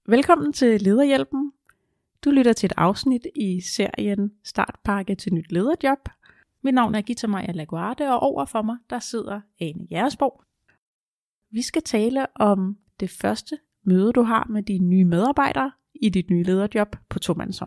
Velkommen til Lederhjælpen. Du lytter til et afsnit i serien Startpakke til nyt lederjob. Mit navn er Gita Maja Laguarde, og over for mig der sidder Ane Jægersborg. Vi skal tale om det første møde, du har med dine nye medarbejdere i dit nye lederjob på tomandshånd.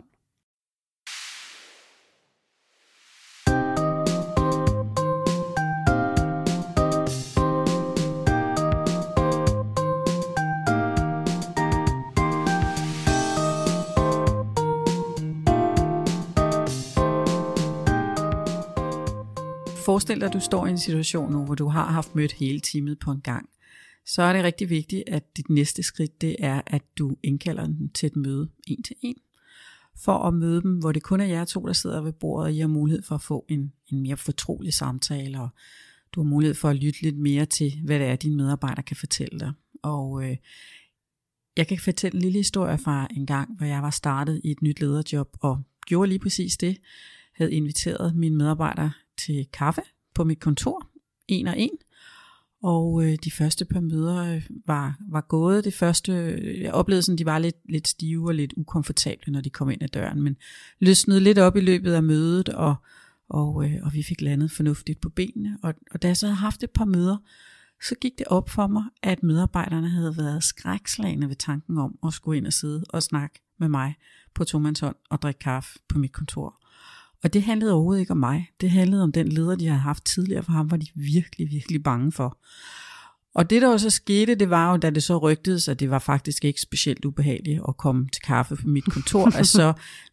Forestil dig, at du står i en situation nu, hvor du har haft mødt hele teamet på en gang. Så er det rigtig vigtigt, at dit næste skridt, det er, at du indkalder dem til et møde 1-1. For at møde dem, hvor det kun er jer to, der sidder ved bordet, og I har mulighed for at få en mere fortrolig samtale, og du har mulighed for at lytte lidt mere til, hvad det er, dine medarbejdere kan fortælle dig. Og jeg kan fortælle en lille historie fra en gang, hvor jeg var startet i et nyt lederjob, og gjorde lige præcis det. Havde inviteret mine medarbejdere til kaffe på mit kontor, 1 og 1. Og de første par møder var gået. Det første, jeg oplevede sådan, de var lidt stive og lidt ukomfortable, når de kom ind ad døren, men løsnede lidt op i løbet af mødet, og vi fik landet fornuftigt på benene. Og da jeg så havde haft et par møder, så gik det op for mig, at medarbejderne havde været skrækslagne ved tanken om at skulle ind og sidde og snakke med mig på tomandshånd og drikke kaffe på mit kontor. Og det handlede overhovedet ikke om mig. Det handlede om den leder, de havde haft tidligere, for ham var de virkelig, virkelig bange for. Og det der også skete, det var jo, da det så rygtedes, at det var faktisk ikke specielt ubehageligt at komme til kaffe på mit kontor, altså,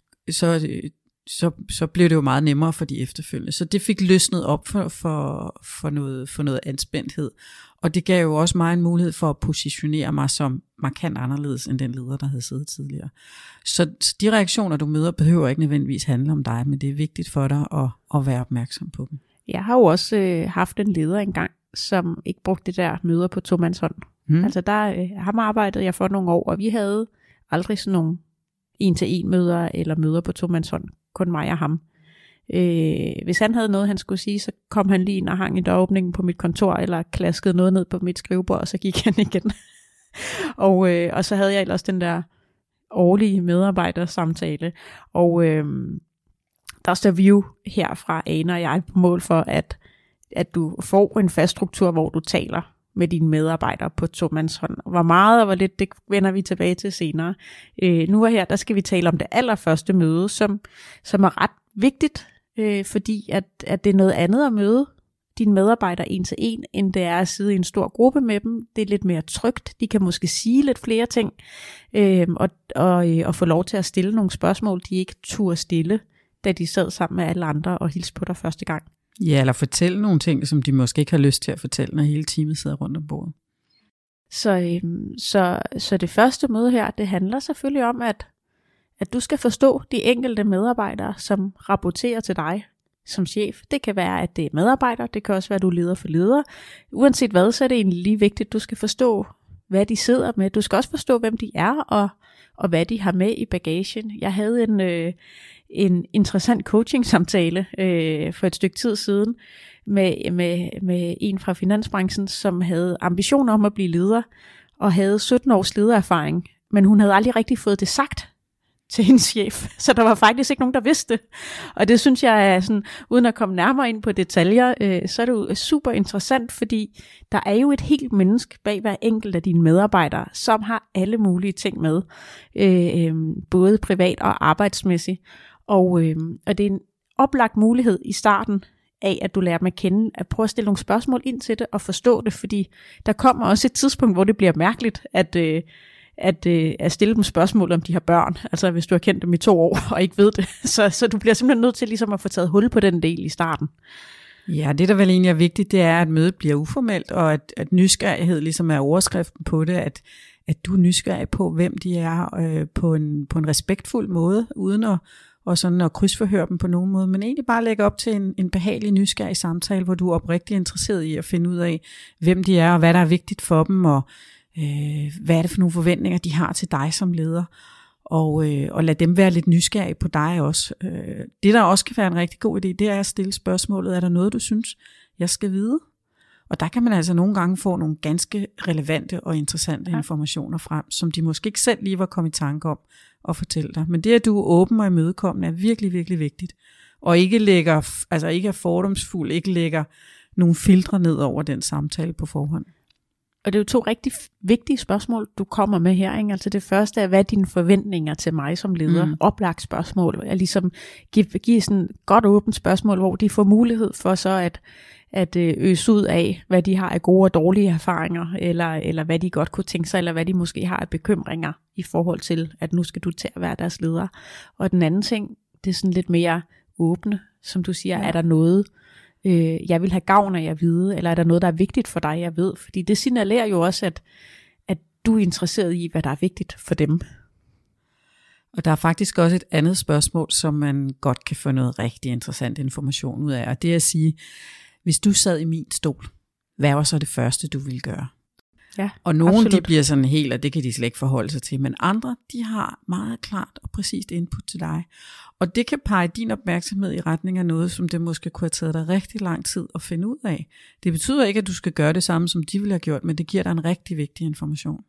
så blev det jo meget nemmere for de efterfølgende. Så det fik løsnet op for noget anspændthed. Og det gav jo også mig en mulighed for at positionere mig som markant anderledes end den leder, der havde siddet tidligere. Så de reaktioner, du møder, behøver ikke nødvendigvis handle om dig, men det er vigtigt for dig at være opmærksom på dem. Jeg har jo også haft en leder engang, som ikke brugte det der møder på tomandshånd. Altså ham arbejdede jeg for nogle år, og vi havde aldrig sådan nogle 1-1 møder eller møder på tomandshånd. Kun mig og ham. Hvis han havde noget, han skulle sige, så kom han lige ind og hang i døråbningen på mit kontor, eller klaskede noget ned på mit skrivebord, og så gik han igen. og så havde jeg ellers den der årlige medarbejdersamtale. Og der står vi jo herfra, Ane og jeg, på mål for, at du får en fast struktur, hvor du taler med dine medarbejdere på tomandshånd. Hvor meget og hvor lidt, det vender vi tilbage til senere. Nu og her, der skal vi tale om det allerførste møde, som er ret vigtigt, fordi at det er noget andet at møde dine medarbejdere 1-1, end det er at sidde i en stor gruppe med dem. Det er lidt mere trygt. De kan måske sige lidt flere ting, og få lov til at stille nogle spørgsmål, de ikke turde stille, da de sad sammen med alle andre og hilste på dig første gang. Ja, eller fortælle nogle ting, som de måske ikke har lyst til at fortælle, når hele teamet sidder rundt om bordet. Så det første møde her, det handler selvfølgelig om, at du skal forstå de enkelte medarbejdere, som rapporterer til dig som chef. Det kan være, at det er medarbejdere, det kan også være, at du er leder for ledere. Uanset hvad, så er det egentlig lige vigtigt, at du skal forstå, hvad de sidder med. Du skal også forstå, hvem de er, og hvad de har med i bagagen. Jeg havde en interessant coaching-samtale for et stykke tid siden med en fra finansbranchen, som havde ambitioner om at blive leder, og havde 17 års ledererfaring, men hun havde aldrig rigtig fået det sagt til hendes chef, så der var faktisk ikke nogen, der vidste det. Og det synes jeg er sådan, uden at komme nærmere ind på detaljer, så er det jo super interessant, fordi der er jo et helt menneske bag hver enkelt af dine medarbejdere, som har alle mulige ting med, både privat og arbejdsmæssigt. Og det er en oplagt mulighed i starten af, at du lærer dem at kende, at prøve at stille nogle spørgsmål ind til det og forstå det, fordi der kommer også et tidspunkt, hvor det bliver mærkeligt, at stille dem spørgsmål, om de har børn, altså hvis du har kendt dem i 2 år og ikke ved det, så du bliver simpelthen nødt til ligesom at få taget hul på den del i starten. Ja, det der vel egentlig er vigtigt, det er, at mødet bliver uformelt, og at nysgerrighed ligesom er overskriften på det, at du er nysgerrig på, hvem de er på en respektfuld måde, uden og sådan at krydsforhøre dem på nogen måde, men egentlig bare lægge op til en behagelig nysgerrig samtale, hvor du er oprigtigt interesseret i at finde ud af, hvem de er, og hvad der er vigtigt for dem, og hvad er det for nogle forventninger, de har til dig som leder, og lad dem være lidt nysgerrige på dig også. Det, der også kan være en rigtig god idé, det er at stille spørgsmålet, er der noget, du synes, jeg skal vide? Og der kan man altså nogle gange få nogle ganske relevante og interessante informationer frem, som de måske ikke selv lige var kommet i tanke om at fortælle dig. Men det, at du er åben og imødekommende, er virkelig, virkelig vigtigt. Og ikke er fordomsfuld, ikke lægger nogle filtre ned over den samtale på forhånd. Og det er jo 2 rigtig vigtige spørgsmål, du kommer med her. Ikke? Altså det første er, hvad er dine forventninger til mig som leder? Oplagt spørgsmål. Jeg ligesom give sådan godt åbent spørgsmål, hvor de får mulighed for så at øse ud af, hvad de har af gode og dårlige erfaringer, eller hvad de godt kunne tænke sig, eller hvad de måske har af bekymringer i forhold til, at nu skal du til at være deres leder. Og den anden ting, det er sådan lidt mere åbne, som du siger, er der noget, jeg vil have gavn af at vide, eller er der noget, der er vigtigt for dig, jeg ved? Fordi det signalerer jo også, at du er interesseret i, hvad der er vigtigt for dem. Og der er faktisk også et andet spørgsmål, som man godt kan få noget rigtig interessant information ud af, og det er at sige, hvis du sad i min stol, hvad var så det første, du ville gøre? Ja, og nogle absolut. De bliver sådan helt, og det kan de slet ikke forholde sig til, men andre, de har meget klart og præcist input til dig. Og det kan pege din opmærksomhed i retning af noget, som det måske kunne have taget dig rigtig lang tid at finde ud af. Det betyder ikke, at du skal gøre det samme, som de ville have gjort, men det giver dig en rigtig vigtig information.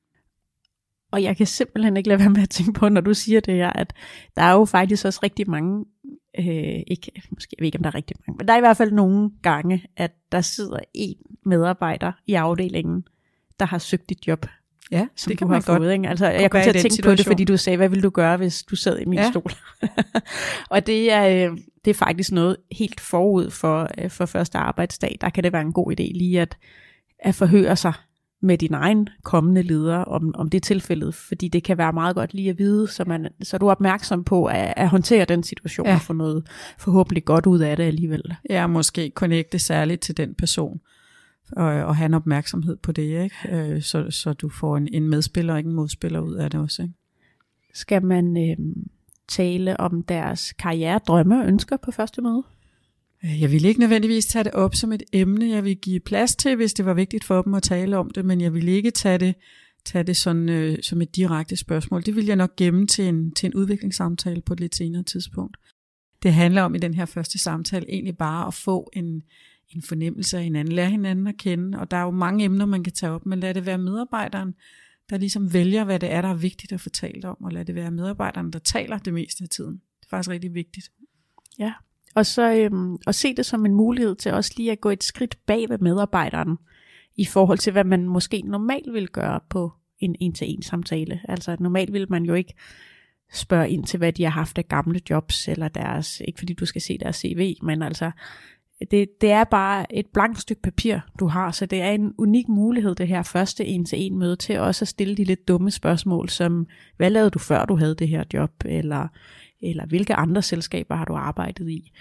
Og jeg kan simpelthen ikke lade være med at tænke på, når du siger det her, at der er jo faktisk også rigtig mange, måske jeg ved ikke, om der er rigtig mange, men der er i hvert fald nogle gange, at der sidder en medarbejder i afdelingen, der har søgt dit job. Ja, som det kan du man har fået, ikke? Altså, jeg kom til at tænke på det, fordi du sagde, hvad ville du gøre, hvis du sad i min stol? Og det er faktisk noget helt forud for første arbejdsdag. Der kan det være en god idé lige at forhøre sig med din egen kommende leder om det tilfældet, fordi det kan være meget godt lige at vide, så du er opmærksom på at håndtere den situation og få noget forhåbentlig godt ud af det alligevel. Ja, måske connecte særligt til den person og have en opmærksomhed på det, ikke? Så du får en medspiller og ikke en modspiller ud af det også. Ikke? Skal man tale om deres karrieredrømme og ønsker på første møde? Jeg vil ikke nødvendigvis tage det op som et emne, jeg vil give plads til, hvis det var vigtigt for dem at tale om det, men jeg vil ikke tage det sådan, som et direkte spørgsmål. Det vil jeg nok gemme til en udviklingssamtale på et lidt senere tidspunkt. Det handler om i den her første samtale egentlig bare at få en fornemmelse af hinanden, lære hinanden at kende, og der er jo mange emner, man kan tage op, men lad det være medarbejderen, der ligesom vælger, hvad det er, der er vigtigt at fortælle om, og lad det være medarbejderen, der taler det meste af tiden. Det er faktisk rigtig vigtigt. Ja. Og så at se det som en mulighed til også lige at gå et skridt bag ved medarbejderen, i forhold til, hvad man måske normalt vil gøre på en en-til-en samtale. Altså normalt vil man jo ikke spørge ind til, hvad de har haft af gamle jobs, eller deres, ikke fordi du skal se deres CV, men altså, det er bare et blankt stykke papir, du har, så det er en unik mulighed, det her første en-til-en møde, til også at stille de lidt dumme spørgsmål, som, hvad lavede du før du havde det her job, eller hvilke andre selskaber har du arbejdet i.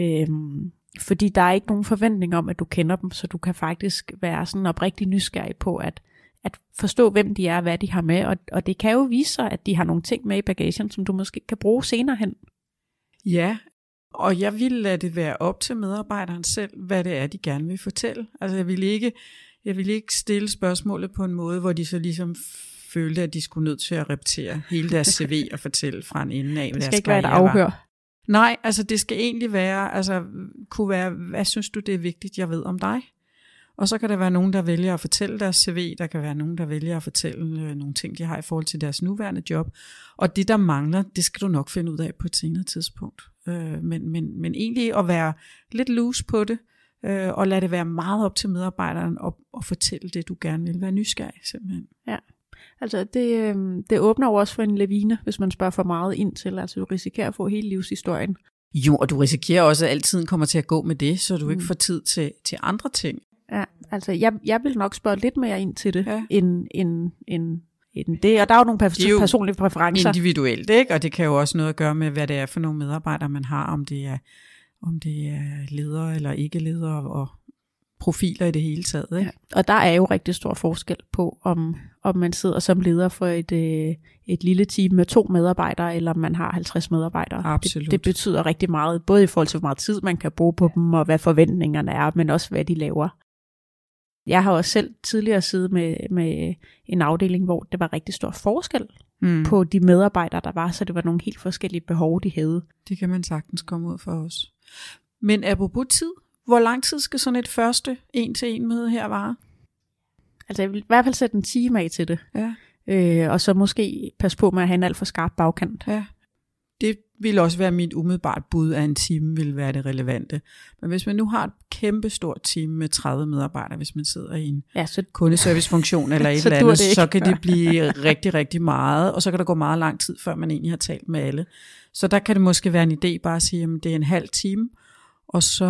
Fordi der er ikke nogen forventning om, at du kender dem, så du kan faktisk være sådan oprigtig nysgerrig på at forstå, hvem de er, hvad de har med, og det kan jo vise sig, at de har nogle ting med i bagagen, som du måske kan bruge senere hen. Ja, og jeg vil lade det være op til medarbejderen selv, hvad det er, de gerne vil fortælle. Altså jeg vil ikke stille spørgsmålet på en måde, hvor de så ligesom følte, at de skulle nødt til at repetere hele deres CV og fortælle fra en ende af, hvad deres karriere var. Det skal ikke være et afhør. Nej, altså det skal egentlig være, kunne være, hvad synes du, det er vigtigt, jeg ved om dig? Og så kan der være nogen, der vælger at fortælle deres CV, der kan være nogen, der vælger at fortælle nogle ting, de har i forhold til deres nuværende job. Og det, der mangler, det skal du nok finde ud af på et senere tidspunkt. Men egentlig at være lidt loose på det, og lade det være meget op til medarbejderen og fortælle det, du gerne vil. Være nysgerrig simpelthen. Ja. Altså det åbner jo også for en lavine, hvis man spørger for meget ind til. Altså du risikerer at få hele livshistorien. Jo, og du risikerer også, at al tiden kommer til at gå med det, så du ikke får tid til andre ting. Ja, altså jeg vil nok spørge lidt mere ind til det, end det. Og der er jo nogle personlige præferencer. Individuelt, ikke? Og det kan jo også noget at gøre med, hvad det er for nogle medarbejdere, man har, om det er ledere eller ikke ledere, og profiler i det hele taget. Ikke? Ja. Og der er jo rigtig stor forskel på, om man sidder som leder for et lille team med 2 medarbejdere, eller om man har 50 medarbejdere. Absolut. Det betyder rigtig meget, både i forhold til, hvor meget tid man kan bruge på dem, og hvad forventningerne er, men også hvad de laver. Jeg har også selv tidligere siddet med en afdeling, hvor det var rigtig stor forskel på de medarbejdere, der var, så det var nogle helt forskellige behov, de havde. Det kan man sagtens komme ud for os. Men apropos tid, Hvor lang tid skal sådan et første 1-til-1 møde her vare? Altså jeg vil i hvert fald sætte en time af til det. Ja. Og så måske passe på med at have en alt for skarp bagkant. Ja. Det vil også være mit umiddelbart bud, at en time vil være det relevante. Men hvis man nu har et kæmpestort team med 30 medarbejdere, hvis man sidder i en kundeservicefunktion eller et eller andet, så kan det blive rigtig, rigtig meget, og så kan der gå meget lang tid, før man egentlig har talt med alle. Så der kan det måske være en idé bare at sige, at det er en halv time, og så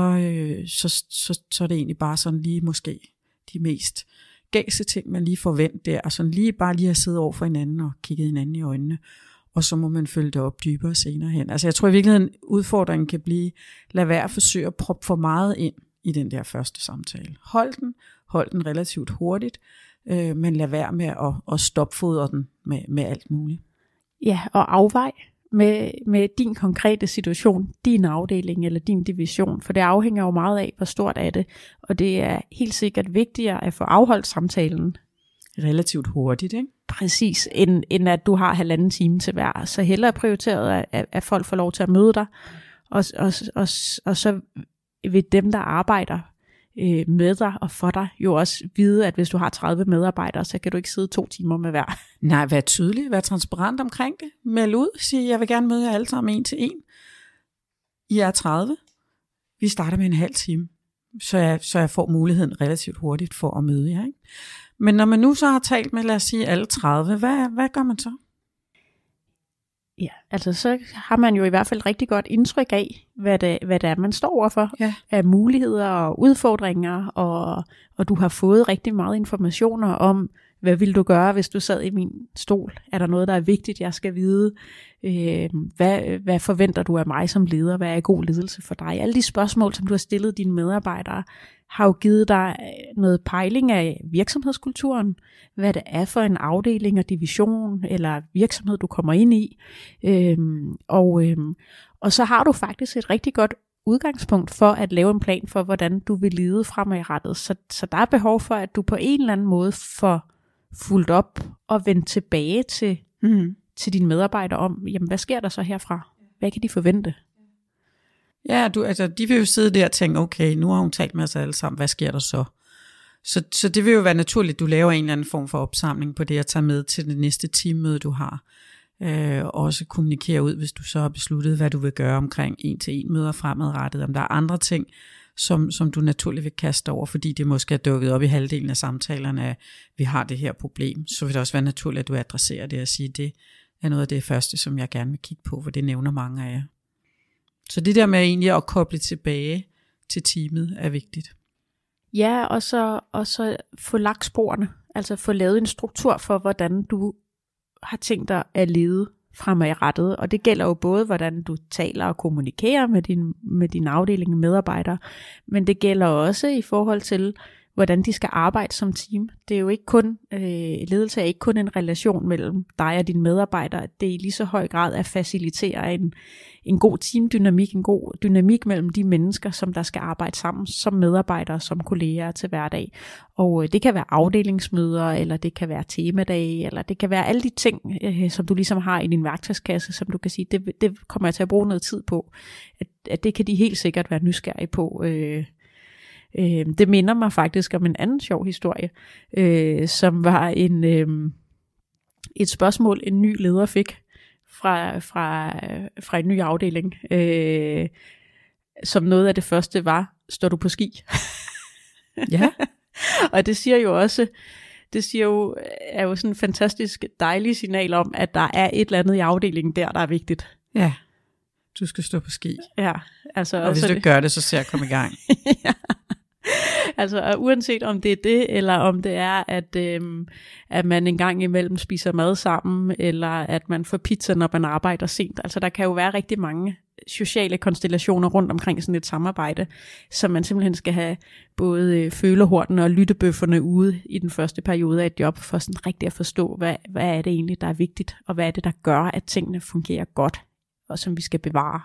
er det egentlig bare sådan lige måske de mest gængse ting, man lige forventer der, og sådan lige at sidde over for hinanden og kigge hinanden i øjnene. Og så må man følge det op dybere senere hen. Altså jeg tror i virkeligheden, udfordringen kan blive, lad være at forsøge at proppe for meget ind i den der første samtale. Hold den relativt hurtigt, men lad være med at stopfodre den med alt muligt. Ja, og afvej med din konkrete situation, din afdeling eller din division, for det afhænger jo meget af, hvor stort er det, og det er helt sikkert vigtigere at få afholdt samtalen relativt hurtigt, ikke? Præcis, end at du har 1,5 time til hver. Så hellere prioriteret, at folk får lov til at møde dig, og så vil dem, der arbejder med dig og for dig, jo også vide, at hvis du har 30 medarbejdere, så kan du ikke sidde 2 timer med hver. Nej, vær tydelig, vær transparent omkring det. Meld ud, sig, jeg vil gerne møde jer alle sammen 1-til-1. I er 30. Vi starter med en halv time, så jeg får muligheden relativt hurtigt for at møde jer, ikke? Men når man nu så har talt med, lad os sige, alle 30, hvad gør man så? Ja, altså så har man jo i hvert fald rigtig godt indtryk af, hvad det er, man står overfor. Ja. Af muligheder og udfordringer, og du har fået rigtig meget informationer om, hvad vil du gøre, hvis du sad i min stol? Er der noget, der er vigtigt, jeg skal vide? Hvad forventer du af mig som leder? Hvad er god ledelse for dig? Alle de spørgsmål, som du har stillet dine medarbejdere, har jo givet dig noget pejling af virksomhedskulturen, hvad det er for en afdeling og division eller virksomhed, du kommer ind i. Og så har du faktisk et rigtig godt udgangspunkt for at lave en plan for, hvordan du vil lede fremadrettet. Så der er behov for, at du på en eller anden måde får fulgt op og vendt tilbage til dine medarbejdere om, jamen hvad sker der så herfra? Hvad kan de forvente? Ja, de vil jo sidde der og tænke, okay, nu har hun talt med os alle sammen, hvad sker der så? Så det vil jo være naturligt, at du laver en eller anden form for opsamling på det, at tage med til det næste teammøde, du har. Også kommunikere ud, hvis du så har besluttet, hvad du vil gøre omkring 1-til-1 møder fremadrettet. Om der er andre ting, som du naturligt vil kaste over, fordi det måske er dukket op i halvdelen af samtalerne, at vi har det her problem. Så vil det også være naturligt, at du adresserer det og siger, at det er noget af det første, som jeg gerne vil kigge på, for det nævner mange af jer. Så det der med egentlig at koble tilbage til teamet er vigtigt. Ja, og så få lagt sporene, altså få lavet en struktur for, hvordan du har tænkt dig at lede fremadrettet. Og det gælder jo både, hvordan du taler og kommunikerer med din afdeling og medarbejdere, men det gælder også i forhold til, hvordan de skal arbejde som team. Det er jo ikke kun, ledelse er ikke kun en relation mellem dig og dine medarbejdere. Det er i lige så høj grad at facilitere en god teamdynamik, en god dynamik mellem de mennesker, som der skal arbejde sammen som medarbejdere, som kolleger til hverdag. Og det kan være afdelingsmøder, eller det kan være temadage, eller det kan være alle de ting, som du ligesom har i din værktøjskasse, som du kan sige, det kommer jeg til at bruge noget tid på. At det kan de helt sikkert være nysgerrige på. Det minder mig faktisk om en anden sjov historie, som var et spørgsmål, en ny leder fik fra en ny afdeling, som noget af det første var, står du på ski? Ja. Og det er jo sådan en fantastisk dejlig signal om, at der er et eller andet i afdelingen der er vigtigt. Ja, du skal stå på ski. Ja, altså, og hvis du gør det, så ser jeg komme i gang. Ja. Altså uanset om det er det, eller om det er, at man en gang imellem spiser mad sammen, eller at man får pizza, når man arbejder sent. Altså der kan jo være rigtig mange sociale konstellationer rundt omkring sådan et samarbejde, som man simpelthen skal have både følehornene og lyttebøfferne ude i den første periode af et job, for sådan rigtig at forstå, hvad er det egentlig, der er vigtigt, og hvad er det, der gør, at tingene fungerer godt, og som vi skal bevare.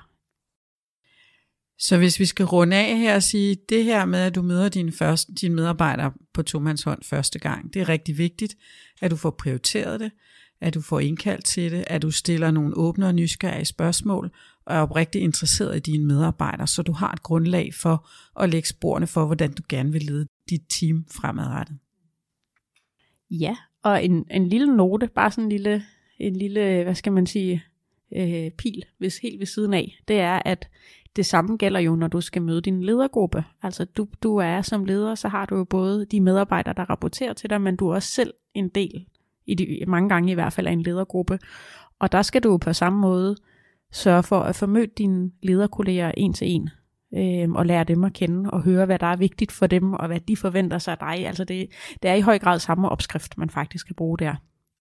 Så hvis vi skal runde af her og sige, det her med, at du møder dine medarbejdere på tomandshånd første gang, det er rigtig vigtigt, at du får prioriteret det. at du får indkaldt til det, at du stiller nogle åbne og nysgerrige spørgsmål, og er oprigtigt interesseret i dine medarbejdere, så du har et grundlag for at lægge sporene for, hvordan du gerne vil lede dit team fremadrettet. Ja, og en lille note, bare sådan en lille, hvad skal man sige, pil, hvis helt ved siden af, det er, at det samme gælder jo, når du skal møde din ledergruppe. Altså du er som leder, så har du jo både de medarbejdere, der rapporterer til dig, men du er også selv en del, mange gange i hvert fald, af en ledergruppe. Og der skal du jo på samme måde sørge for at få mødt dine lederkolleger en til en, og lære dem at kende, og høre, hvad der er vigtigt for dem, og hvad de forventer sig af dig. Altså det er i høj grad samme opskrift, man faktisk kan bruge der.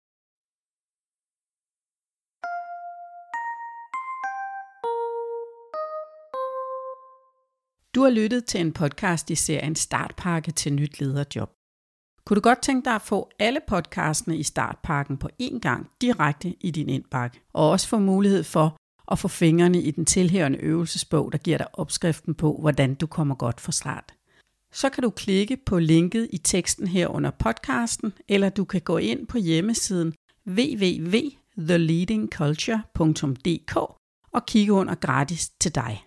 Du har lyttet til en podcast i serien Startpakke til nyt lederjob. Kunne du godt tænke dig at få alle podcastene i Startpakken på én gang direkte i din indbakke, og også få mulighed for at få fingrene i den tilhørende øvelsesbog, der giver dig opskriften på, hvordan du kommer godt fra start. Så kan du klikke på linket i teksten her under podcasten, eller du kan gå ind på hjemmesiden www.theleadingculture.dk og kigge under gratis til dig.